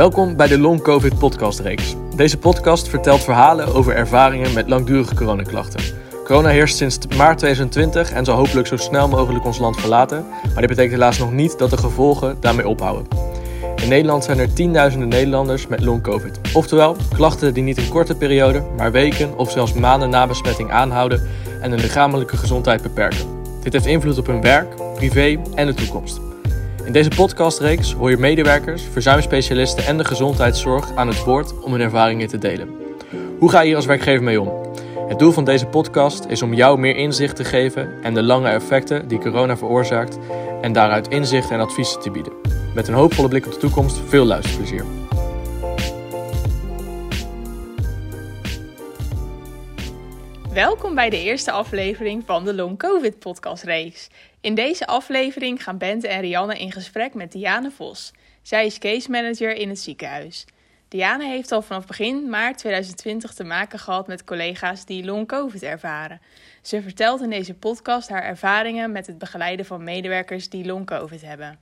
Welkom bij de Long COVID podcastreeks. Deze podcast vertelt verhalen over ervaringen met langdurige coronaklachten. Corona heerst sinds maart 2020 en zal hopelijk zo snel mogelijk ons land verlaten. Maar dit betekent helaas nog niet dat de gevolgen daarmee ophouden. In Nederland zijn er tienduizenden Nederlanders met long COVID. Oftewel, klachten die niet een korte periode, maar weken of zelfs maanden na besmetting aanhouden en hun lichamelijke gezondheid beperken. Dit heeft invloed op hun werk, privé en de toekomst. In deze podcastreeks hoor je medewerkers, verzuimspecialisten en de gezondheidszorg aan het woord om hun ervaringen te delen. Hoe ga je hier als werkgever mee om? Het doel van deze podcast is om jou meer inzicht te geven en de lange effecten die corona veroorzaakt en daaruit inzichten en adviezen te bieden. Met een hoopvolle blik op de toekomst, veel luisterplezier. Welkom bij de eerste aflevering van de Long COVID podcastreeks. In deze aflevering gaan Bente en Rianne in gesprek met Diane Vos. Zij is case manager in het ziekenhuis. Diane heeft al vanaf begin maart 2020 te maken gehad met collega's die long COVID ervaren. Ze vertelt in deze podcast haar ervaringen met het begeleiden van medewerkers die long COVID hebben.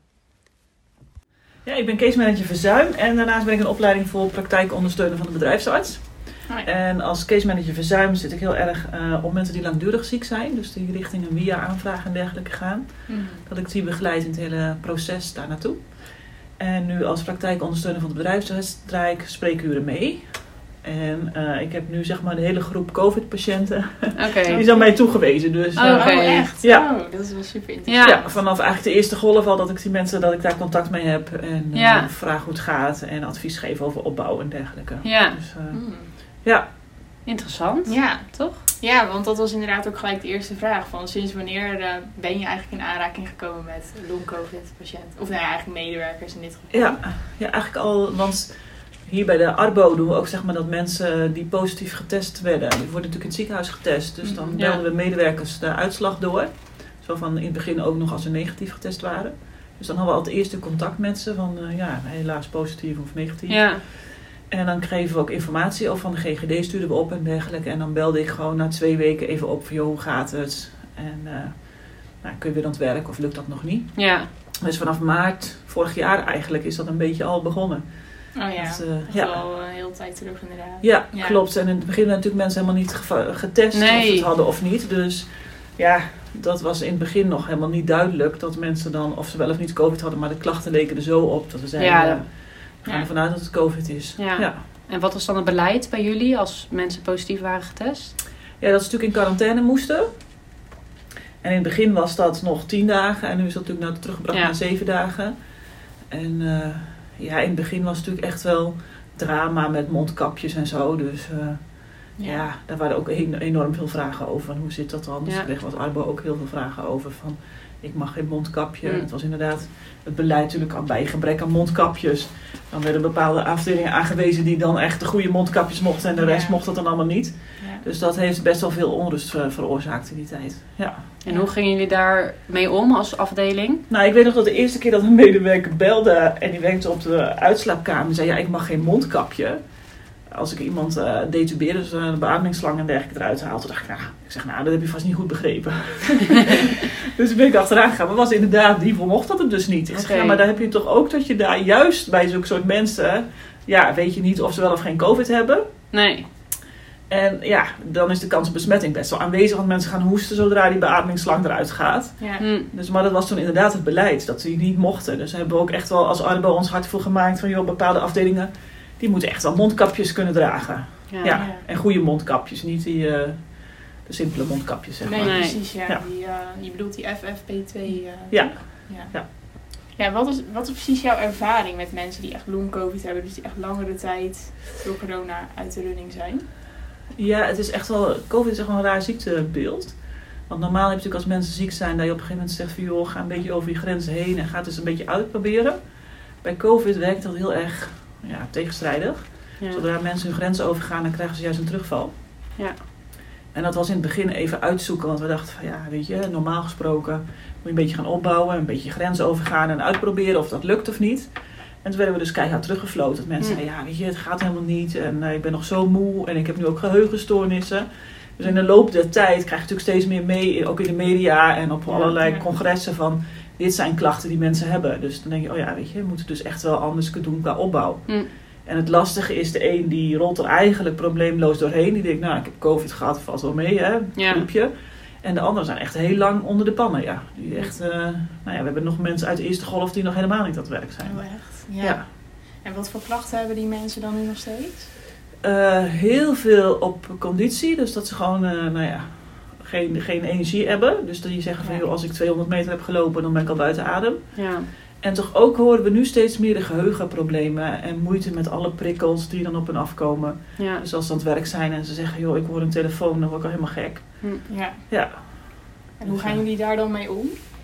Ja, ik ben case manager verzuim en daarnaast ben ik een opleiding voor praktijkondersteuner van de bedrijfsarts. Oh ja. En als case manager verzuim zit ik heel erg op mensen die langdurig ziek zijn, dus die richting een WIA-aanvraag en dergelijke gaan. Dat ik die begeleid in het hele proces daar naartoe. En nu als praktijkondersteuner van de bedrijfsarts draai ik spreekuren mee. En ik heb nu zeg maar de hele groep COVID-patiënten, die is aan mij toegewezen. Dus, Echt? Ja. Oh, dat is wel super interessant. Ja, vanaf eigenlijk de eerste golf al dat ik die mensen, dat ik daar contact mee heb. En vraag hoe het gaat en advies geven over opbouw en dergelijke. Ja. Dus, ja. Interessant. Ja, toch? Ja, want dat was inderdaad ook gelijk de eerste vraag. Van sinds wanneer ben je eigenlijk in aanraking gekomen met long COVID patiënten? Of nou ja, eigenlijk medewerkers in dit geval. Ja, eigenlijk al, want hier bij de Arbo doen we ook zeg maar dat mensen die positief getest werden, die worden natuurlijk in het ziekenhuis getest. Dus dan belden we medewerkers de uitslag door. Zo van in het begin ook nog als ze negatief getest waren. Dus dan hadden we al het eerste contact met ze van helaas positief of negatief. Ja. En dan kregen we ook informatie over van de GGD stuurden we op en dergelijke. En dan belde ik gewoon na 2 weken even op van hoe gaat het? En kun je weer aan het werk of lukt dat nog niet? Ja. Dus vanaf maart vorig jaar eigenlijk is dat een beetje al begonnen. Oh ja, dat is al een hele tijd terug inderdaad. Ja, klopt. En in het begin werden natuurlijk mensen helemaal niet getest of ze het hadden of niet. Dus ja, dat was in het begin nog helemaal niet duidelijk dat mensen dan of ze wel of niet COVID hadden. Maar de klachten leken er zo op dat we zeiden, we gaan ervan uit dat het COVID is. Ja. En wat was dan het beleid bij jullie als mensen positief waren getest? Ja, dat ze natuurlijk in quarantaine moesten. En in het begin was dat nog 10 dagen. En nu is dat natuurlijk teruggebracht naar 7 dagen. En in het begin was het natuurlijk echt wel drama met mondkapjes en zo. Dus daar waren ook enorm veel vragen over. Hoe zit dat dan? Dus ik kreeg wat Arbo ook heel veel vragen over van ik mag geen mondkapje. Het was inderdaad het beleid natuurlijk bij gebrek aan mondkapjes. Dan werden bepaalde afdelingen aangewezen die dan echt de goede mondkapjes mochten en de rest mocht dat dan allemaal niet. Ja. Dus dat heeft best wel veel onrust veroorzaakt in die tijd. Ja. En hoe gingen jullie daar mee om als afdeling? Nou, ik weet nog dat de eerste keer dat een medewerker belde en die werkte op de uitslaapkamer en zei ik mag geen mondkapje. Als ik iemand detubeerde, dus een beademingsslang en dergelijke eruit haalde, dacht ik, dat heb je vast niet goed begrepen. Dus toen ben ik achteraan gegaan, maar was inderdaad, die mocht dat het dus niet. Ik zeg, maar daar heb je toch ook dat je daar juist bij zulke soort mensen, weet je niet of ze wel of geen COVID hebben. Nee. En dan is de kans op besmetting best wel aanwezig, want mensen gaan hoesten zodra die beademingsslang eruit gaat. Ja. Dus, maar dat was toen inderdaad het beleid, dat die niet mochten. Dus hebben we ook echt wel als Arbo ons hart voor gemaakt van bepaalde afdelingen, die moeten echt wel mondkapjes kunnen dragen. Ja. En goede mondkapjes, niet die de simpele mondkapjes, zeg maar. Nee, precies, je bedoelt die FFP2. Ja. Ja, wat is precies jouw ervaring met mensen die echt long COVID hebben, dus die echt langere tijd door corona uit de running zijn? Ja, het is echt wel, COVID is echt wel een raar ziektebeeld. Want normaal heb je natuurlijk als mensen ziek zijn, dat je op een gegeven moment zegt van ga een beetje over je grenzen heen en ga het dus een beetje uitproberen. Bij COVID werkt dat heel erg tegenstrijdig. Ja. Zodra mensen hun grenzen overgaan, dan krijgen ze juist een terugval. Ja. En dat was in het begin even uitzoeken, want we dachten van normaal gesproken moet je een beetje gaan opbouwen, een beetje je grenzen overgaan en uitproberen of dat lukt of niet. En toen werden we dus keihard teruggefloten. Dat mensen zeiden, het gaat helemaal niet en ik ben nog zo moe en ik heb nu ook geheugenstoornissen. Dus in de loop der tijd krijg je natuurlijk steeds meer mee, ook in de media en op allerlei congressen van dit zijn klachten die mensen hebben. Dus dan denk je, weet je, we moeten dus echt wel anders doen qua opbouw. En het lastige is, de een die rolt er eigenlijk probleemloos doorheen. Die denkt, ik heb COVID gehad, valt wel mee, hè, griepje. En de anderen zijn echt heel lang onder de pannen, Die echt, we hebben nog mensen uit de eerste golf die nog helemaal niet aan het werk zijn. Oh, echt? Ja. En wat voor klachten hebben die mensen dan nu nog steeds? Heel veel op conditie. Dus dat ze gewoon, geen energie hebben. Dus die zeggen van, als ik 200 meter heb gelopen, dan ben ik al buiten adem. Ja. En toch ook horen we nu steeds meer de geheugenproblemen en moeite met alle prikkels die dan op hen afkomen. Ja. Dus als ze aan het werk zijn en ze zeggen, ik hoor een telefoon, dan word ik al helemaal gek. Ja. En hoe gaan jullie daar dan mee om?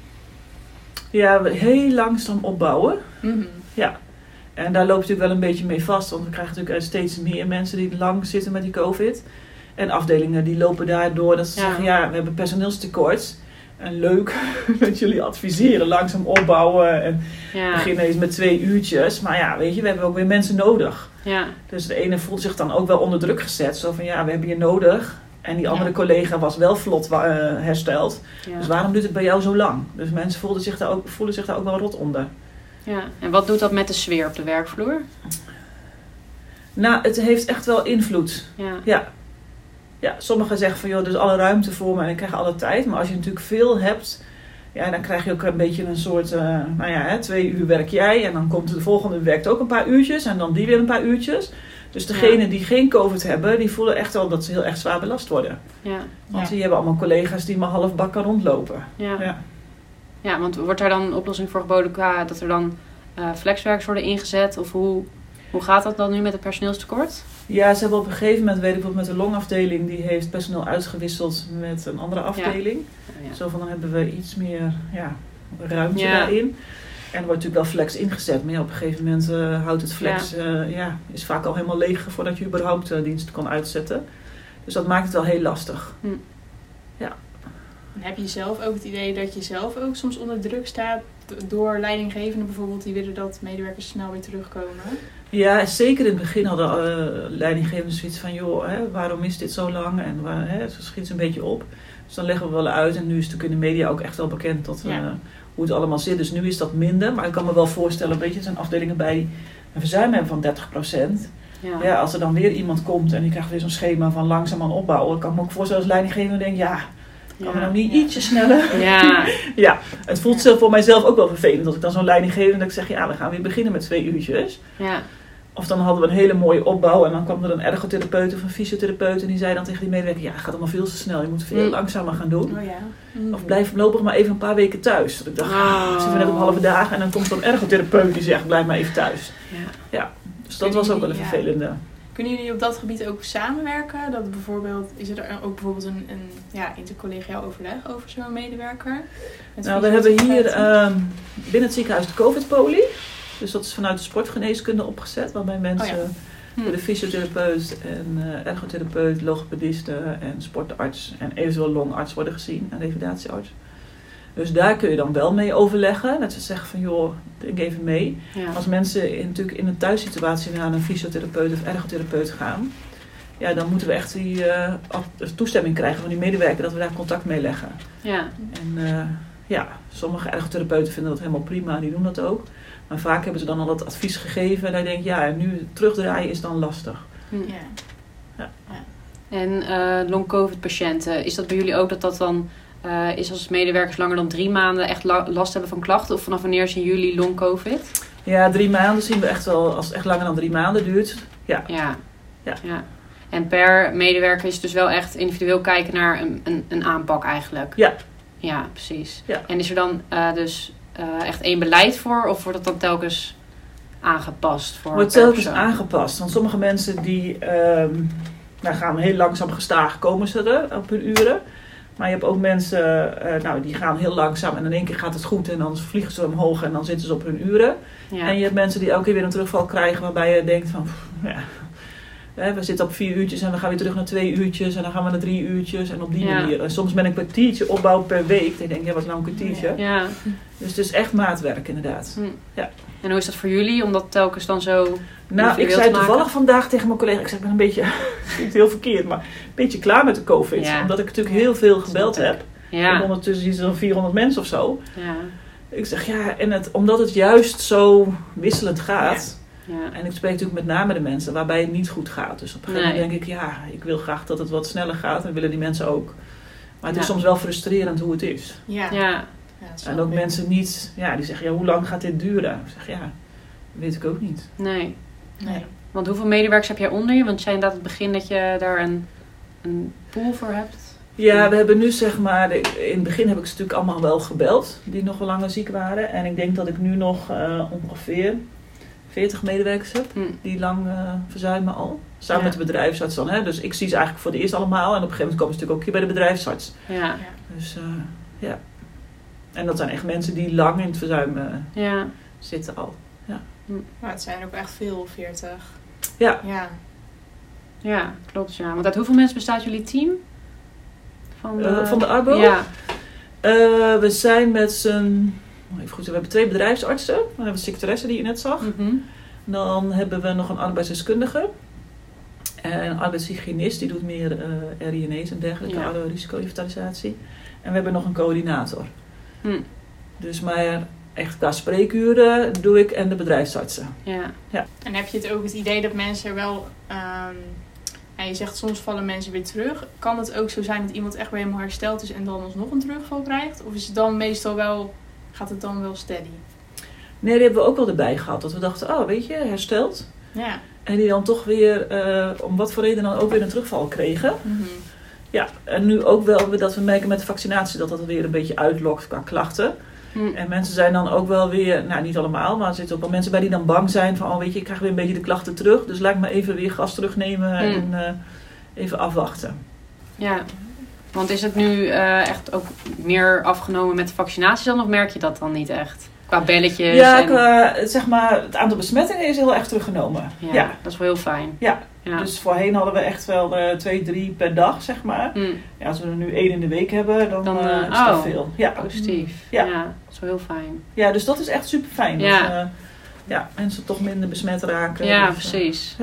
Ja, we heel langzaam opbouwen. Mm-hmm. Ja. En daar loopt natuurlijk wel een beetje mee vast, want we krijgen natuurlijk steeds meer mensen die lang zitten met die COVID. En afdelingen die lopen daardoor dat ze zeggen, we hebben personeelstekort. En leuk dat jullie adviseren, langzaam opbouwen en beginnen eens met 2 uurtjes. Maar weet je, we hebben ook weer mensen nodig. Ja. Dus de ene voelt zich dan ook wel onder druk gezet. Zo van, we hebben je nodig. En die andere collega was wel vlot hersteld. Ja. Dus waarom duurt het bij jou zo lang? Dus mensen voelen zich daar ook wel rot onder. Ja, en wat doet dat met de sfeer op de werkvloer? Nou, het heeft echt wel invloed. Ja, sommigen zeggen van, er is alle ruimte voor me en ik krijg alle tijd. Maar als je natuurlijk veel hebt, dan krijg je ook een beetje een soort, 2 uur werk jij. En dan komt de volgende werkt ook een paar uurtjes en dan die weer een paar uurtjes. Dus degenen die geen COVID hebben, die voelen echt wel dat ze heel erg zwaar belast worden. Ja. Want die hebben allemaal collega's die maar half bakken rondlopen. Ja, want wordt daar dan een oplossing voor geboden qua dat er dan flexwerkers worden ingezet? Of hoe gaat dat dan nu met het personeelstekort? Ja, ze hebben op een gegeven moment, weet ik bijvoorbeeld met de longafdeling, die heeft personeel uitgewisseld met een andere afdeling. Ja. Zo van, dan hebben we iets meer ruimte daarin. En er wordt natuurlijk wel flex ingezet, maar op een gegeven moment houdt het flex, is vaak al helemaal leeg voordat je überhaupt dienst kan uitzetten. Dus dat maakt het wel heel lastig. Ja. En heb je zelf ook het idee dat je zelf ook soms onder druk staat door leidinggevenden bijvoorbeeld die willen dat medewerkers snel weer terugkomen? Ja, zeker in het begin hadden leidinggevenden zoiets van, waarom is dit zo lang? En het schiet een beetje op. Dus dan leggen we wel uit. En nu is het natuurlijk in de media ook echt wel bekend dat, hoe het allemaal zit. Dus nu is dat minder. Maar ik kan me wel voorstellen, er zijn afdelingen bij die een verzuim hebben van 30%. Ja, als er dan weer iemand komt en die krijgt weer zo'n schema van langzaamaan opbouwen. Kan ik me ook voorstellen als leidinggevende denken, kan we nou niet ietsje sneller? Ja, het voelt voor mijzelf ook wel vervelend. Als ik dan zo'n leidinggevende dat ik zeg, we gaan weer beginnen met 2 uurtjes. Ja. Of dan hadden we een hele mooie opbouw en dan kwam er een ergotherapeut of een fysiotherapeut en die zei dan tegen die medewerker, het gaat allemaal veel te snel, je moet veel langzamer gaan doen. Of blijf voorlopig maar even een paar weken thuis. Dat ik dacht, zitten we net op halve dagen en dan komt zo'n ergotherapeut die zegt, blijf maar even thuis. Ja. Dus dat was ook wel een vervelende. Kunnen jullie op dat gebied ook samenwerken? Dat bijvoorbeeld, is er ook bijvoorbeeld een intercollegiaal overleg over zo'n medewerker? Nou, we hebben hier binnen het ziekenhuis de COVID-poli. Dus dat is vanuit de sportgeneeskunde opgezet. Waarbij mensen de fysiotherapeut en ergotherapeut, logopediste en sportarts en eventueel longarts worden gezien. En revalidatiearts. Dus daar kun je dan wel mee overleggen. Dat ze zeggen van, denk even mee. Ja. Als mensen natuurlijk in een thuissituatie naar een fysiotherapeut of ergotherapeut gaan. Ja, dan moeten we echt die toestemming krijgen van die medewerker dat we daar contact mee leggen. Ja. En sommige ergotherapeuten vinden dat helemaal prima. Die doen dat ook. Maar vaak hebben ze dan al dat advies gegeven. En dan denk je, nu terugdraaien is dan lastig. Ja. En long-covid patiënten, is dat bij jullie ook dat dan is als medewerkers langer dan 3 maanden echt last hebben van klachten? Of vanaf wanneer zien jullie long-covid? Ja, 3 maanden zien we echt wel, als het echt langer dan 3 maanden duurt. Ja. En per medewerker is het dus wel echt individueel kijken naar een aanpak eigenlijk. Ja, precies. Ja. En is er dan dus echt één beleid voor? Of wordt dat dan telkens aangepast? Wordt telkens aangepast. Want sommige mensen die gaan heel langzaam gestaag komen ze er op hun uren. Maar je hebt ook mensen die gaan heel langzaam en in één keer gaat het goed en dan vliegen ze omhoog en dan zitten ze op hun uren. Ja. En je hebt mensen die elke keer weer een terugval krijgen waarbij je denkt van, We zitten op 4 uurtjes en we gaan weer terug naar 2 uurtjes. En dan gaan we naar 3 uurtjes. En op die manier. En soms ben ik een kwartiertje opbouw per week. Dan denk ik, wat nou een kwartiertje? Ja. Dus het is echt maatwerk inderdaad. Ja. En hoe is dat voor jullie? Om dat telkens dan zo... Nou, ik zei toevallig vandaag tegen mijn collega. Ik zeg, ik ben een beetje, niet heel verkeerd, maar een beetje klaar met de COVID. Ja. Omdat ik natuurlijk heel veel gebeld heb. Ja. En ondertussen iets van 400 mensen of zo. Ja. Ik zeg, en omdat het juist zo wisselend gaat. Ja. En ik spreek natuurlijk met name de mensen waarbij het niet goed gaat. Dus op een gegeven moment denk ik, ik wil graag dat het wat sneller gaat. En willen die mensen ook. Maar het is soms wel frustrerend hoe het is. Ja. Ja, en ook mensen niet, die zeggen, hoe lang gaat dit duren? Ik zeg, weet ik ook niet. Nee. Want hoeveel medewerkers heb jij onder je? Want jij inderdaad het begin dat je daar een pool voor hebt. Ja, we hebben nu zeg maar, in het begin heb ik ze natuurlijk allemaal wel gebeld. Die nog wel langer ziek waren. En ik denk dat ik nu nog ongeveer 40 medewerkers heb. Die lang verzuimen al. Samen met de bedrijfsarts dan. Hè? Dus ik zie ze eigenlijk voor het eerst allemaal. En op een gegeven moment komen ze natuurlijk ook hier bij de bedrijfsarts. Ja. Dus En dat zijn echt mensen die lang in het verzuim zitten al. Ja. Maar het zijn ook echt veel, 40. Ja. Ja, klopt. Ja. Want uit hoeveel mensen bestaat jullie team? Van de Arbo? Ja. We zijn met z'n... Even goed, we hebben 2 bedrijfsartsen. Dan hebben we een secretaresse die je net zag. Mm-hmm. Dan hebben we nog een arbeidsdeskundige. En een arbeidshygiënist, die doet meer RINE's en dergelijke, risico-inventarisatie. En we hebben nog een coördinator. Dus maar echt qua spreekuren doe ik en de bedrijfsartsen. Ja. En heb je het ook het idee dat mensen wel... je zegt soms vallen mensen weer terug. Kan het ook zo zijn dat iemand echt weer helemaal hersteld is en dan alsnog een terugval krijgt? Of is het dan meestal wel... Gaat het dan wel steady? Nee, die hebben we ook wel erbij gehad. Dat we dachten, weet je, hersteld. Ja. En die dan toch weer, om wat voor reden dan ook weer een terugval kregen. Mm-hmm. Ja, en nu ook wel dat we merken met de vaccinatie dat weer een beetje uitlokt qua klachten. En mensen zijn dan ook wel weer, niet allemaal, maar er zitten ook wel mensen bij die dan bang zijn van, weet je, ik krijg weer een beetje de klachten terug. Dus laat ik maar even weer gas terugnemen en even afwachten. Ja. Want is het nu echt ook meer afgenomen met de vaccinatie dan? Of merk je dat dan niet echt? Qua belletjes? Ja, zeg maar, het aantal besmettingen is heel erg teruggenomen. Ja, dat is wel heel fijn. Ja. Dus voorheen hadden we echt wel 2, 3 per dag, zeg maar. Ja, als we er nu 1 in de week hebben, dan is dat veel. Ja. Positief. Ja, dat is wel heel fijn. Ja, dus dat is echt super fijn. Ja. Dus, mensen toch minder besmet raken. Ja, dus, precies.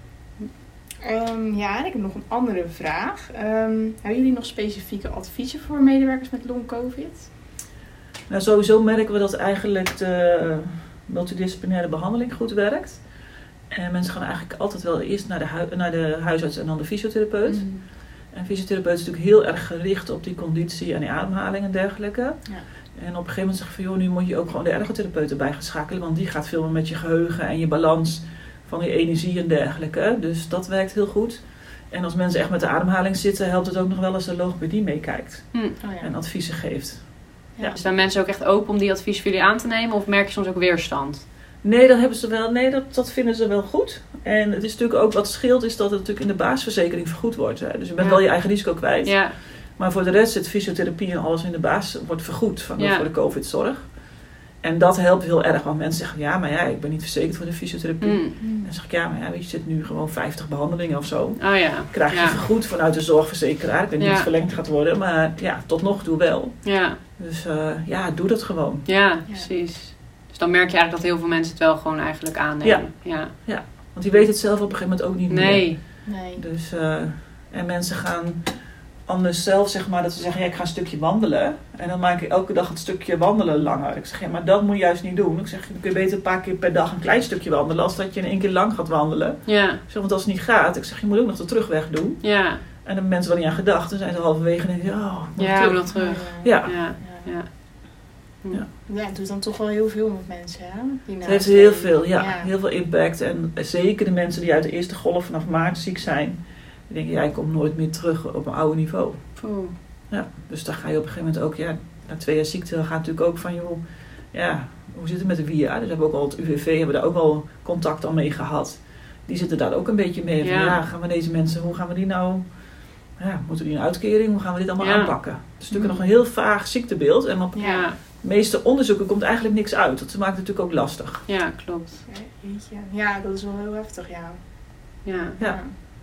En ik heb nog een andere vraag. Hebben jullie nog specifieke adviezen voor medewerkers met long-covid? Nou, sowieso merken we dat eigenlijk de multidisciplinaire behandeling goed werkt. En mensen gaan eigenlijk altijd wel eerst naar de huisarts en dan de fysiotherapeut. Mm. En fysiotherapeut is natuurlijk heel erg gericht op die conditie en die ademhaling en dergelijke. Ja. En op een gegeven moment zeggen van, nu moet je ook gewoon de ergotherapeut erbij gaan schakelen. Want die gaat veel meer met je geheugen en je balans van je energie en dergelijke. Dus dat werkt heel goed. En als mensen echt met de ademhaling zitten, helpt het ook nog wel als de logopedie meekijkt. En adviezen geeft. Ja. Zijn mensen ook echt open om die advies voor jullie aan te nemen? Of merk je soms ook weerstand? Nee, dat hebben ze wel. Nee, dat vinden ze wel goed. En het is natuurlijk ook wat scheelt, is dat het natuurlijk in de basisverzekering vergoed wordt. Hè. Dus je bent wel je eigen risico kwijt. Ja. Maar voor de rest zit fysiotherapie en alles in de basis wordt vergoed voor de COVID-zorg. En dat helpt heel erg, want mensen zeggen, ik ben niet verzekerd voor de fysiotherapie. En dan zeg ik, weet je zit nu gewoon 50 behandelingen of zo. Krijg je vergoed vanuit de zorgverzekeraar. Ik weet niet of het verlengd gaat worden, maar tot nog toe wel. Ja. Dus doe dat gewoon. Ja, precies. Dus dan merk je eigenlijk dat heel veel mensen het wel gewoon eigenlijk aannemen. Ja, want die weten het zelf op een gegeven moment ook niet meer. Nee. Dus, en mensen gaan anders zelf, zeg maar, dat ze zeggen, ik ga een stukje wandelen. En dan maak ik elke dag het stukje wandelen langer. Ik zeg, maar dat moet je juist niet doen. Ik zeg, dan kun je beter een paar keer per dag een klein stukje wandelen, als dat je in 1 keer lang gaat wandelen. Ja. Ik zeg, want als het niet gaat, ik zeg, je moet ook nog de terugweg doen. Ja. En dan hebben mensen wel niet aan gedacht. Dan zijn ze halverwege en denken, we nog terug. Ja, het doet dan toch wel heel veel met mensen, hè? Het heeft heel veel, heel veel impact. En zeker de mensen die uit de eerste golf vanaf maart ziek zijn, die denken, ik kom nooit meer terug op mijn oude niveau. Ja, dus dan ga je op een gegeven moment ook, na 2 jaar ziekte, dan gaat natuurlijk ook van, hoe zit het met de WIA? Dus hebben we ook al het UWV, hebben daar ook al contact al mee gehad. Die zitten daar ook een beetje mee. Gaan we deze mensen, hoe gaan we die nou... moeten die een uitkering? Hoe gaan we dit allemaal aanpakken? Het is natuurlijk nog een heel vaag ziektebeeld. En op de meeste onderzoeken komt eigenlijk niks uit. Dat maakt het natuurlijk ook lastig. Ja, klopt. Ja, dat is wel heel heftig, Ja.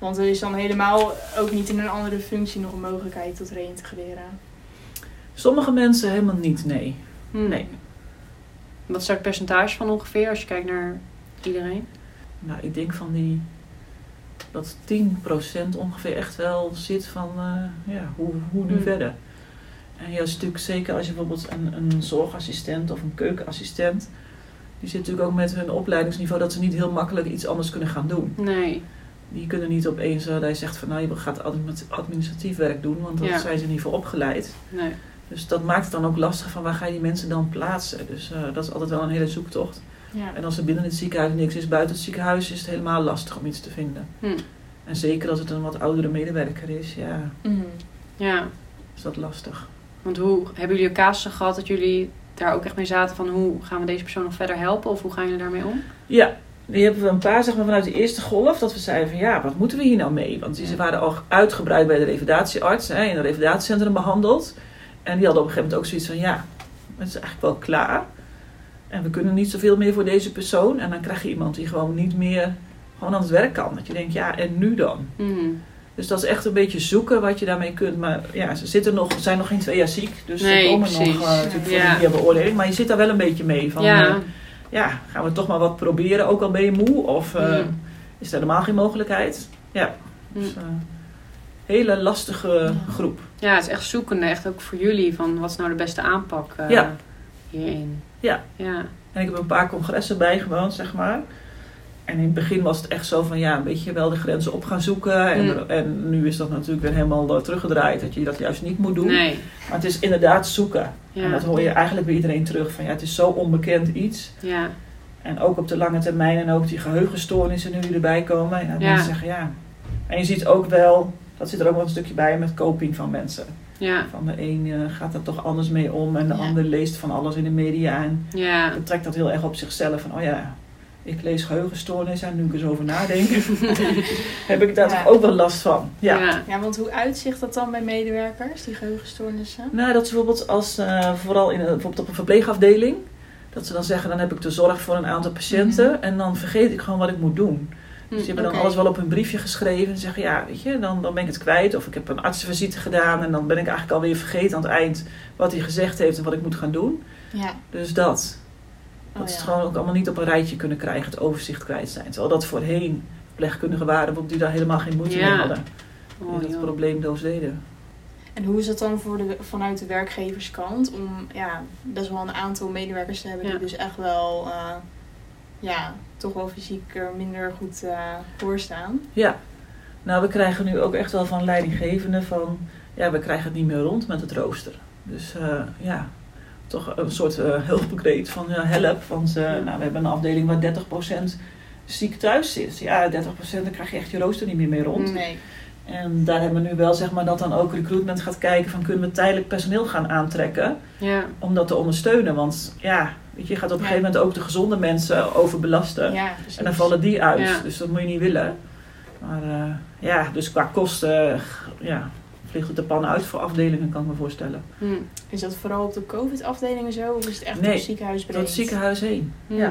Want er is dan helemaal ook niet in een andere functie nog een mogelijkheid tot reïntegreren. Sommige mensen helemaal niet, nee. Nee. Wat is daar het percentage van ongeveer als je kijkt naar iedereen? Nou, ik denk dat 10% ongeveer echt wel zit van hoe nu verder. En ja, is natuurlijk zeker als je bijvoorbeeld een zorgassistent of een keukenassistent, die zit natuurlijk ook met hun opleidingsniveau dat ze niet heel makkelijk iets anders kunnen gaan doen. Nee. Die kunnen niet opeens, dat je zegt van nou je gaat administratief werk doen, want daar zijn ze niet voor opgeleid. Nee. Dus dat maakt het dan ook lastig van waar ga je die mensen dan plaatsen. Dus dat is altijd wel een hele zoektocht. Ja. En als er binnen het ziekenhuis niks is, buiten het ziekenhuis is het helemaal lastig om iets te vinden. En zeker als het een wat oudere medewerker is, is dat lastig. Want hoe hebben jullie casussen gehad dat jullie daar ook echt mee zaten van hoe gaan we deze persoon nog verder helpen of hoe gaan jullie daarmee om? Ja, die hebben we een paar vanuit de eerste golf dat we zeiden van wat moeten we hier nou mee? Want ze waren al uitgebreid bij de revalidatiearts in het revalidatiecentrum behandeld. En die hadden op een gegeven moment ook zoiets van het is eigenlijk wel klaar. En we kunnen niet zoveel meer voor deze persoon. En dan krijg je iemand die gewoon niet meer gewoon aan het werk kan. Dat je denkt, en nu dan? Dus dat is echt een beetje zoeken wat je daarmee kunt. Maar ze zijn nog geen 2 jaar ziek. Dus ze komen nog natuurlijk voor die beoordeling. Maar je zit daar wel een beetje mee. Van, gaan we toch maar wat proberen, ook al ben je moe? Of is er helemaal geen mogelijkheid? Ja, dus hele lastige groep. Ja, het is echt zoekende. Echt ook voor jullie. Van wat is nou de beste aanpak hierin? Ja. En ik heb een paar congressen bijgewoond, zeg maar. En in het begin was het echt zo van een beetje wel de grenzen op gaan zoeken. En nu is dat natuurlijk weer helemaal teruggedraaid. Dat je dat juist niet moet doen. Nee. Maar het is inderdaad zoeken. Ja. En dat hoor je eigenlijk bij iedereen terug. Van het is zo onbekend iets. Ja. En ook op de lange termijn en ook die geheugenstoornissen nu die erbij komen. En mensen zeggen En je ziet ook wel, dat zit er ook wel een stukje bij met coping van mensen. Ja. Van de een gaat er toch anders mee om. En de ander leest van alles in de media. En betrekt dat heel erg op zichzelf. Van ik lees geheugenstoornissen en nu ik er zo over nadenk, heb ik daar toch ook wel last van. Ja, want hoe uitzicht dat dan bij medewerkers, die geheugenstoornissen? Nou, dat ze bijvoorbeeld vooral bijvoorbeeld op een verpleegafdeling, dat ze dan zeggen, dan heb ik de zorg voor een aantal patiënten en dan vergeet ik gewoon wat ik moet doen. Dus die hebben dan alles wel op een briefje geschreven en zeggen, weet je, dan ben ik het kwijt. Of ik heb een artsenvisite gedaan en dan ben ik eigenlijk alweer vergeten aan het eind wat hij gezegd heeft en wat ik moet gaan doen. Ja. Dus dat. Dat ze het gewoon ook allemaal niet op een rijtje kunnen krijgen, het overzicht kwijt zijn. Terwijl dat voorheen verpleegkundigen waren die daar helemaal geen moeite mee hadden. Die dat probleemloos deden. En hoe is het dan vanuit de werkgeverskant om best wel een aantal medewerkers te hebben die dus echt wel toch wel fysiek er minder goed voor staan? Ja, nou we krijgen nu ook echt wel van leidinggevenden van we krijgen het niet meer rond met het rooster. Dus toch een soort hulpkreet van help. Want we hebben een afdeling waar 30% ziek thuis zit. Ja, 30% dan krijg je echt je rooster niet meer mee rond. Nee. En daar hebben we nu wel dat dan ook recruitment gaat kijken van kunnen we tijdelijk personeel gaan aantrekken. Ja. Om dat te ondersteunen. Want je gaat op een gegeven moment ook de gezonde mensen overbelasten. Ja, en dan vallen die uit. Ja. Dus dat moet je niet willen. Maar dus qua kosten vliegt het de pan uit voor afdelingen, kan ik me voorstellen. Is dat vooral op de COVID-afdelingen zo? Of is het echt door het ziekenhuis breed? Door het ziekenhuis heen. Ja.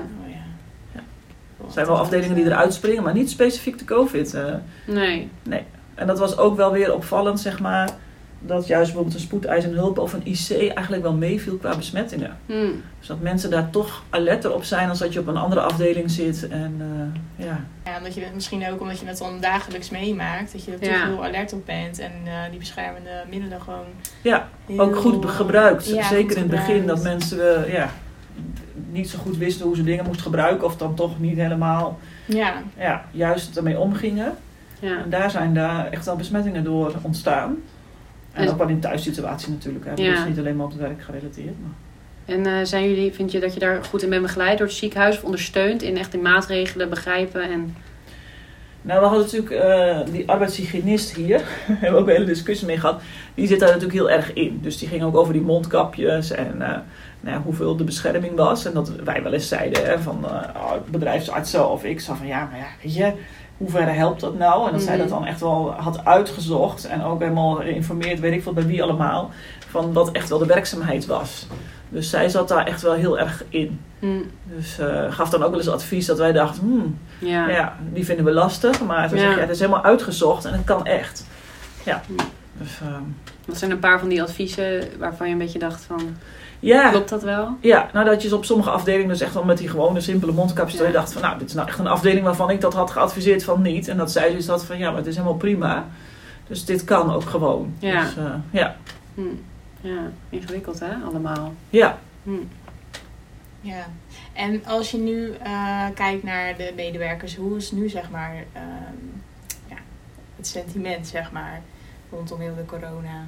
Er zijn wel afdelingen die eruit springen, maar niet specifiek de COVID. Nee. En dat was ook wel weer opvallend, zeg maar, dat juist bijvoorbeeld een spoedeisende hulp of een IC eigenlijk wel meeviel qua besmettingen. Dus dat mensen daar toch alerter op zijn als dat je op een andere afdeling zit. En omdat je misschien ook omdat je het dan dagelijks meemaakt, dat je er toch heel alert op bent en die beschermende middelen gewoon ook goed gebruikt. Zeker in het begin dat mensen niet zo goed wisten hoe ze dingen moesten gebruiken of dan toch niet helemaal juist ermee omgingen. Ja. En daar zijn echt al besmettingen door ontstaan. En ook wel in thuissituatie natuurlijk. Hè. Dus niet alleen maar op het werk gerelateerd. Maar. En vind je dat je daar goed in bent begeleid door het ziekenhuis of ondersteund in echt die maatregelen begrijpen? En... Nou, we hadden natuurlijk die arbeidshygiënist hier. Daar hebben we ook een hele discussie mee gehad. Die zit daar natuurlijk heel erg in. Dus die ging ook over die mondkapjes en hoeveel de bescherming was. En dat wij wel eens zeiden van bedrijfsartsen of ik. Zo van weet je, hoeverre helpt dat nou? En dat zij dat dan echt wel had uitgezocht en ook helemaal geïnformeerd, weet ik veel bij wie allemaal, van wat echt wel de werkzaamheid was. Dus zij zat daar echt wel heel erg in. Dus gaf dan ook wel eens advies dat wij dachten, die vinden we lastig. Maar toen zeg je, het is helemaal uitgezocht en het kan echt. Ja. Dus, wat zijn een paar van die adviezen waarvan je een beetje dacht van, klopt dat wel? Ja, nou dat je op sommige afdelingen dus echt wel met die gewone simpele mondkapjes, dat je dacht van, nou dit is nou echt een afdeling waarvan ik dat had geadviseerd van niet. En dat zij dus dat van, maar het is helemaal prima. Dus dit kan ook gewoon. Ja. Dus, Ja, ingewikkeld hè, allemaal. Ja. Ja, en als je nu kijkt naar de medewerkers, hoe is nu zeg maar het sentiment zeg maar rondom heel de corona?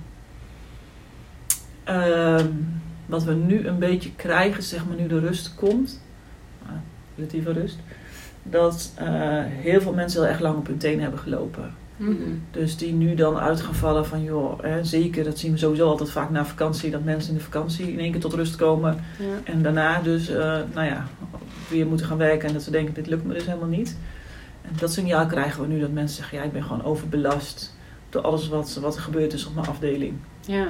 Wat we nu een beetje krijgen, zeg maar nu de rust komt, relatieve rust, dat heel veel mensen heel erg lang op hun teen hebben gelopen. Dus die nu dan uitgevallen van zeker, dat zien we sowieso altijd vaak na vakantie, dat mensen in de vakantie in één keer tot rust komen en daarna dus weer moeten gaan werken en dat ze denken dit lukt me dus helemaal niet. En dat signaal krijgen we nu, dat mensen zeggen ik ben gewoon overbelast door alles wat er gebeurd is op mijn afdeling. Ja.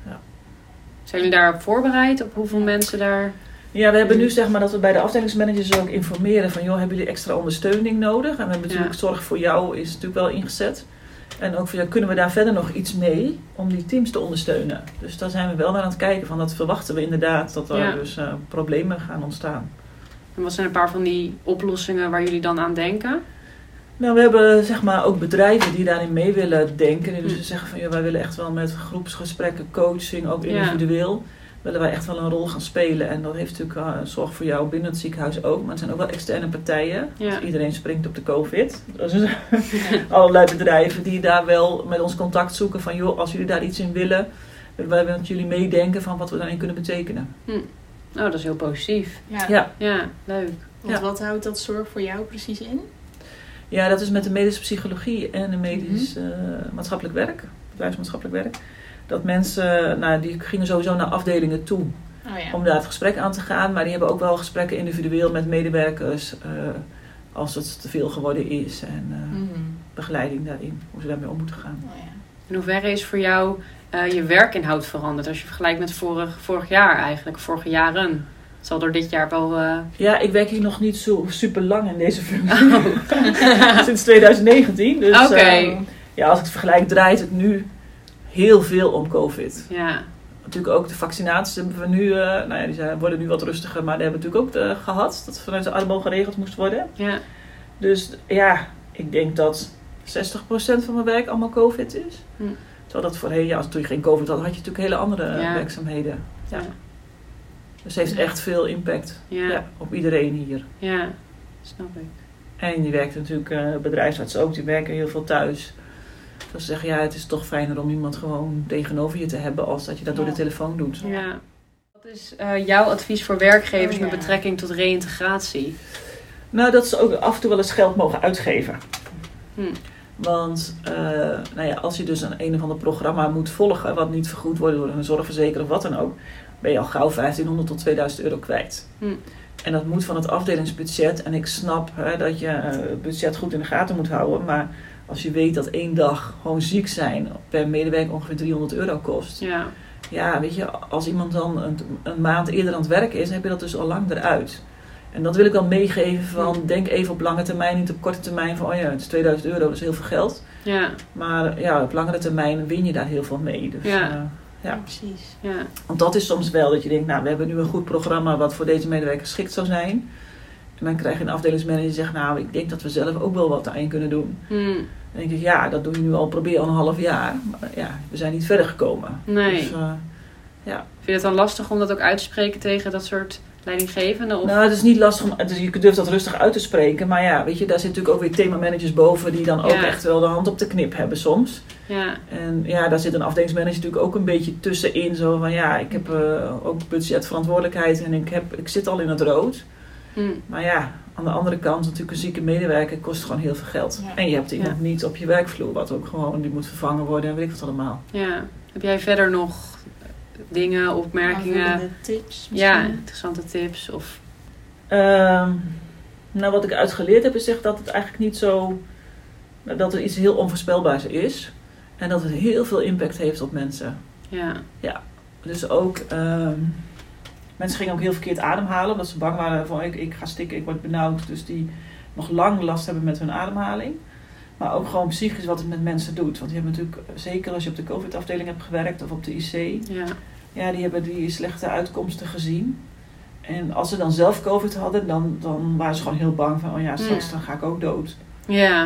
Zijn jullie daar voorbereid op hoeveel mensen daar... Ja, we hebben nu zeg maar dat we bij de afdelingsmanagers ook informeren van hebben jullie extra ondersteuning nodig? En we hebben natuurlijk zorg voor jou is natuurlijk wel ingezet. En ook voor jou kunnen we daar verder nog iets mee om die teams te ondersteunen. Dus daar zijn we wel naar aan het kijken van dat verwachten we inderdaad dat er dus problemen gaan ontstaan. En wat zijn een paar van die oplossingen waar jullie dan aan denken? Nou, we hebben zeg maar ook bedrijven die daarin mee willen denken. Dus ze zeggen van wij willen echt wel met groepsgesprekken, coaching, ook individueel, willen wij echt wel een rol gaan spelen. En dat heeft natuurlijk zorg voor jou binnen het ziekenhuis ook. Maar het zijn ook wel externe partijen. Dus iedereen springt op de COVID. Dus allerlei bedrijven die daar wel met ons contact zoeken van als jullie daar iets in willen, willen wij met jullie meedenken van wat we daarin kunnen betekenen. Oh, dat is heel positief. Ja, leuk. Want wat houdt dat zorg voor jou precies in? Ja, dat is met de medische psychologie en de medisch maatschappelijk werk, bedrijfsmaatschappelijk werk. Dat mensen, die gingen sowieso naar afdelingen toe om daar het gesprek aan te gaan. Maar die hebben ook wel gesprekken individueel met medewerkers als het te veel geworden is. En begeleiding daarin, hoe ze daarmee om moeten gaan. In hoeverre is voor jou je werkinhoud veranderd? Als je vergelijkt met vorig jaar eigenlijk, vorige jaren. Het zal door dit jaar wel... Ja, ik werk hier nog niet zo super lang in deze functie. Sinds 2019. Dus als ik het vergelijk draait het nu heel veel om COVID. Ja. Natuurlijk ook de vaccinaties hebben we nu... die worden nu wat rustiger, maar die hebben we natuurlijk ook gehad. Dat vanuit de ADMO geregeld moest worden. Ja. Dus ik denk dat 60% van mijn werk allemaal COVID is. Terwijl dat voorheen, toen je geen COVID had je natuurlijk hele andere werkzaamheden. Ja. Dus het heeft echt veel impact op iedereen hier. Ja, snap ik. En die werkt natuurlijk, bedrijfsartsen ook, die werken heel veel thuis. Dus ze zeggen, het is toch fijner om iemand gewoon tegenover je te hebben als dat je dat door de telefoon doet. Ja. Wat is jouw advies voor werkgevers met betrekking tot reïntegratie? Nou, dat ze ook af en toe wel eens geld mogen uitgeven. Want als je dus een of ander programma moet volgen, wat niet vergoed wordt door een zorgverzekeraar of wat dan ook, ben je al gauw 1500 tot 2000 euro kwijt. En dat moet van het afdelingsbudget. En ik snap dat je het budget goed in de gaten moet houden. Maar als je weet dat 1 dag gewoon ziek zijn per medewerker ongeveer 300 euro kost. Ja, weet je, als iemand dan een maand eerder aan het werken is, dan heb je dat dus al lang eruit. En dat wil ik wel meegeven van, denk even op lange termijn, niet op korte termijn van, het is 2000 euro, dat is heel veel geld. Ja. Maar op langere termijn win je daar heel veel mee. Dus, ja, precies. Ja. Want dat is soms wel dat je denkt, we hebben nu een goed programma wat voor deze medewerker geschikt zou zijn. En dan krijg je een afdelingsmanager die zegt, ik denk dat we zelf ook wel wat daarin kunnen doen. Dan denk ik, dat doe je nu probeer al een half jaar. Maar we zijn niet verder gekomen. Nee. Dus, Vind je het dan lastig om dat ook uit te spreken tegen dat soort leidinggevenden? Of? Nou, het is niet lastig je durft dat rustig uit te spreken. Maar weet je, daar zitten natuurlijk ook weer themamanagers boven die dan ook echt wel de hand op de knip hebben soms. Ja. En daar zit een afdelingsmanager natuurlijk ook een beetje tussenin. Zo van ik heb ook budgetverantwoordelijkheid en ik zit al in het rood. Maar aan de andere kant natuurlijk een zieke medewerker kost gewoon heel veel geld. Ja. En je hebt iemand niet op je werkvloer wat ook gewoon, die moet vervangen worden en weet ik wat allemaal. Ja. Heb jij verder nog dingen, opmerkingen? Tips misschien? Ja, interessante tips of... Wat ik uitgeleerd heb is dat het eigenlijk niet zo dat er iets heel onvoorspelbaars is. En dat het heel veel impact heeft op mensen. Ja. Dus ook... mensen gingen ook heel verkeerd ademhalen. Omdat ze bang waren van ik ga stikken, ik word benauwd. Dus die nog lang last hebben met hun ademhaling. Maar ook gewoon psychisch wat het met mensen doet. Want die hebben natuurlijk, zeker als je op de COVID-afdeling hebt gewerkt of op de IC. Ja, die hebben die slechte uitkomsten gezien. En als ze dan zelf COVID hadden, dan waren ze gewoon heel bang van, straks dan ga ik ook dood. Ja.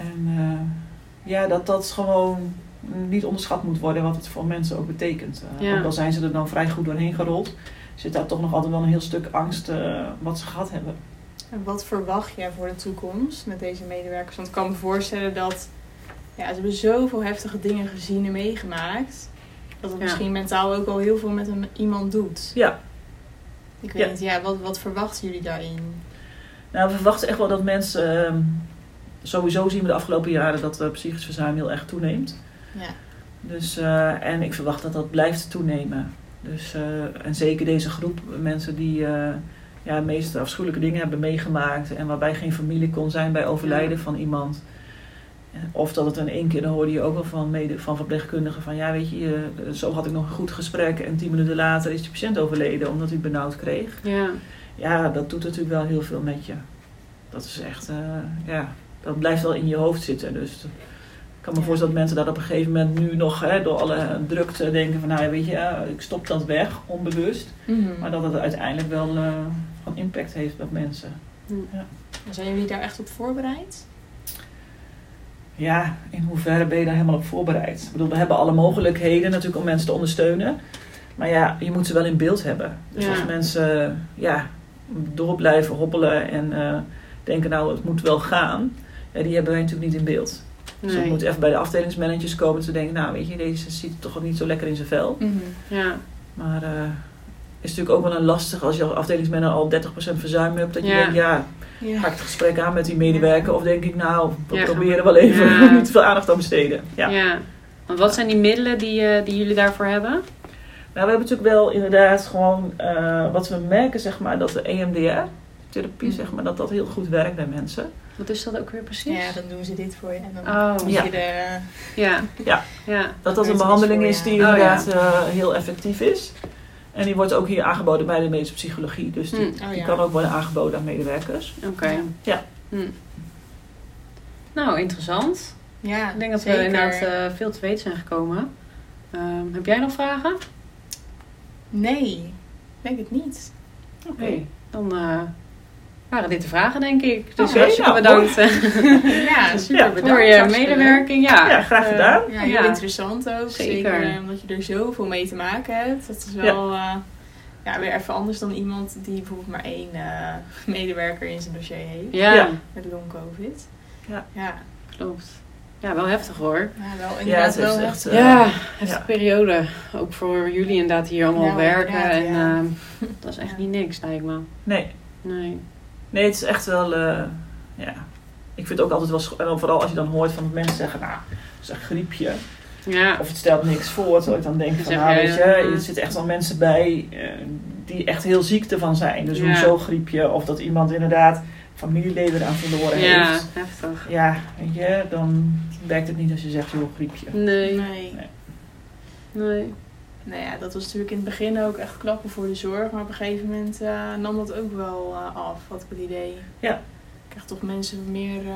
En dat gewoon niet onderschat moet worden wat het voor mensen ook betekent. Ook al zijn ze er dan vrij goed doorheen gerold, zit daar toch nog altijd wel een heel stuk angst wat ze gehad hebben. En wat verwacht jij voor de toekomst met deze medewerkers? Want ik kan me voorstellen dat ze hebben zoveel heftige dingen gezien en meegemaakt. Dat het misschien mentaal ook al heel veel met iemand doet. Ja. Ik weet niet, wat verwachten jullie daarin? Nou, we verwachten echt wel dat mensen... sowieso zien we de afgelopen jaren dat psychisch verzuim heel erg toeneemt. Ja. Dus, en ik verwacht dat dat blijft toenemen. Dus, en zeker deze groep mensen die de meest afschuwelijke dingen hebben meegemaakt. En waarbij geen familie kon zijn bij overlijden van iemand. Of dat het in één keer, dan hoorde je ook wel van verpleegkundigen van weet je, zo had ik nog een goed gesprek en 10 minuten later is de patiënt overleden omdat hij benauwd kreeg. Ja, dat doet natuurlijk wel heel veel met je. Dat is echt, dat blijft wel in je hoofd zitten. Dus ik kan me voorstellen dat mensen dat op een gegeven moment nu nog door alle drukte denken van weet je, ik stop dat weg, onbewust. Mm-hmm. Maar dat het uiteindelijk wel van impact heeft op mensen. Ja. Zijn jullie daar echt op voorbereid? Ja, in hoeverre ben je daar helemaal op voorbereid? Ik bedoel, we hebben alle mogelijkheden natuurlijk om mensen te ondersteunen. Maar je moet ze wel in beeld hebben. Dus als mensen door blijven hobbelen en denken het moet wel gaan. Die hebben wij natuurlijk niet in beeld. Dus dat moet even bij de afdelingsmanagers komen te denken, weet je, deze zit toch niet zo lekker in zijn vel. Mm-hmm. Ja. Maar is natuurlijk ook wel een lastig als je als afdelingsmanager al 30% verzuim hebt. Dat je denkt, ga ik het gesprek aan met die medewerker? Of denk ik, we proberen wel even niet te veel aandacht aan besteden. Ja. Want wat zijn die middelen die jullie daarvoor hebben? Nou, we hebben natuurlijk wel inderdaad gewoon, wat we merken, zeg maar, dat de EMDR-therapie, zeg maar, dat heel goed werkt bij mensen. Wat is dat ook weer precies? Ja, dan doen ze dit voor je. En dan moet je dat een behandeling is die inderdaad heel effectief is. En die wordt ook hier aangeboden bij de medische psychologie. Dus die kan ook worden aangeboden aan medewerkers. Oké. Ja. Nou, interessant. Ja, ik denk dat we inderdaad veel te weten zijn gekomen. Heb jij nog vragen? Nee, denk het niet. Oké. Dan waren dit de vragen, denk ik. Dus super bedankt. Super bedankt voor je medewerking. Ja, graag gedaan. Ja, heel interessant ook. Zeker omdat je er zoveel mee te maken hebt. Dat is wel weer even anders dan iemand die bijvoorbeeld maar 1 medewerker in zijn dossier heeft. Ja. Met long-covid. Ja, klopt. Ja, wel heftig hoor. Ja, wel inderdaad wel heftig. Heftige periode. Ook voor jullie inderdaad hier allemaal werken. En dat is echt niet niks, lijkt me. Nee, het is echt wel, ik vind het ook altijd wel, vooral als je dan hoort van mensen zeggen, dat is een griepje. Ja. Of het stelt niks voor, terwijl ik dan denk van, weet je, er zitten echt wel mensen bij die echt heel ziek ervan zijn. Dus hoezo griepje? Of dat iemand inderdaad familieleden aan verloren heeft. Ja, heftig. Ja, weet je, dan werkt het niet als je zegt, joh, griepje. Nee. Nou ja, dat was natuurlijk in het begin ook echt klappen voor de zorg. Maar op een gegeven moment nam dat ook wel af, had ik het idee. Ja. Ik krijg toch mensen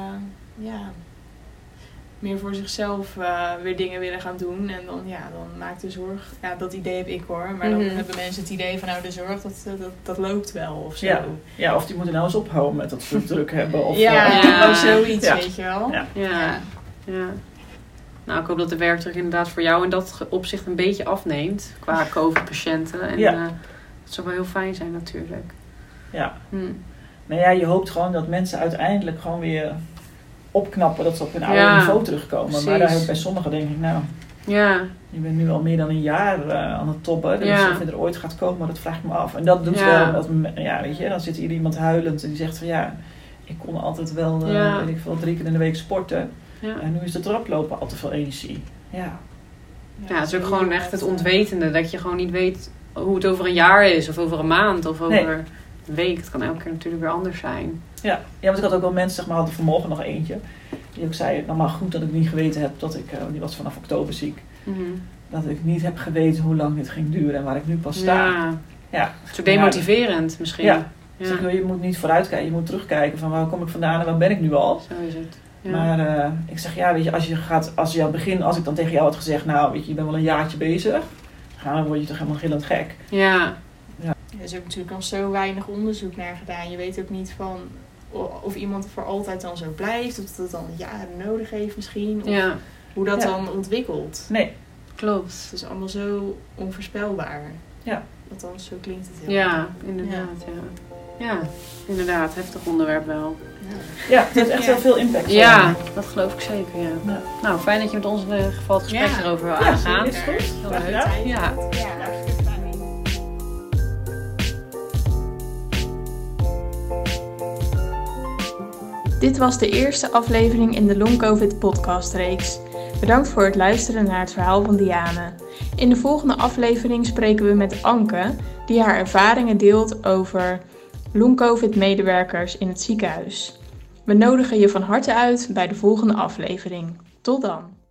meer voor zichzelf weer dingen willen gaan doen. En dan maakt de zorg... Ja, dat idee heb ik hoor. Maar dan hebben mensen het idee van de zorg, dat loopt wel of zo. Ja, of die moeten nou eens ophouden met dat ze druk hebben. Of, zoiets, weet je wel. Ja. Nou, ik hoop dat de werkdruk inderdaad voor jou in dat opzicht een beetje afneemt. Qua COVID-patiënten. En dat zou wel heel fijn zijn natuurlijk. Ja. Nou ja, je hoopt gewoon dat mensen uiteindelijk gewoon weer opknappen. Dat ze op hun oude niveau terugkomen. Precies. Maar daar heb ik bij sommigen denk ik, je bent nu al meer dan een jaar aan het toppen. Dus of je er ooit gaat komen, dat vraag ik me af. En dat doet wel, weet je, dan zit hier iemand huilend en die zegt van ik kon altijd wel, 3 keer in de week sporten. Ja. En nu is het traplopen al te veel energie. Ja, het is ook gewoon echt het onwetende. Dat je gewoon niet weet hoe het over een jaar is. Of over een maand. Of over een week. Het kan elke keer natuurlijk weer anders zijn. Ja, want ik had ook wel mensen, zeg maar, hadden vanmorgen nog eentje. Die ook zei, nou maar goed dat ik niet geweten heb dat ik, die was vanaf oktober ziek. Mm-hmm. Dat ik niet heb geweten hoe lang dit ging duren en waar ik nu pas sta. Ja. Zo demotiverend misschien. Ja. Zeg, je moet niet vooruitkijken, je moet terugkijken van waar kom ik vandaan en waar ben ik nu al. Zo is het. Ja. Maar ik zeg, weet je, als je aan het begin, als ik dan tegen jou had gezegd, nou weet je bent wel een jaartje bezig, dan word je toch helemaal gillend gek. Ja. Er is ook natuurlijk al zo weinig onderzoek naar gedaan. Je weet ook niet van of iemand voor altijd dan zo blijft, of dat het dan jaren nodig heeft misschien, of hoe dat dan ontwikkelt. Nee. Klopt. Het is allemaal zo onvoorspelbaar. Ja. Althans, zo klinkt het heel erg. Inderdaad. Ja, inderdaad. Heftig onderwerp wel. Ja, het heeft echt wel veel impact. Ja, dat geloof ik zeker, ja. Nou, fijn dat je met ons in ieder geval het gesprek erover wil aangaan. Ja, is goed. Heel leuk. Ja. Dit was de eerste aflevering in de Long COVID podcastreeks. Bedankt voor het luisteren naar het verhaal van Diane. In de volgende aflevering spreken we met Anke, die haar ervaringen deelt over Long COVID medewerkers in het ziekenhuis. We nodigen je van harte uit bij de volgende aflevering. Tot dan!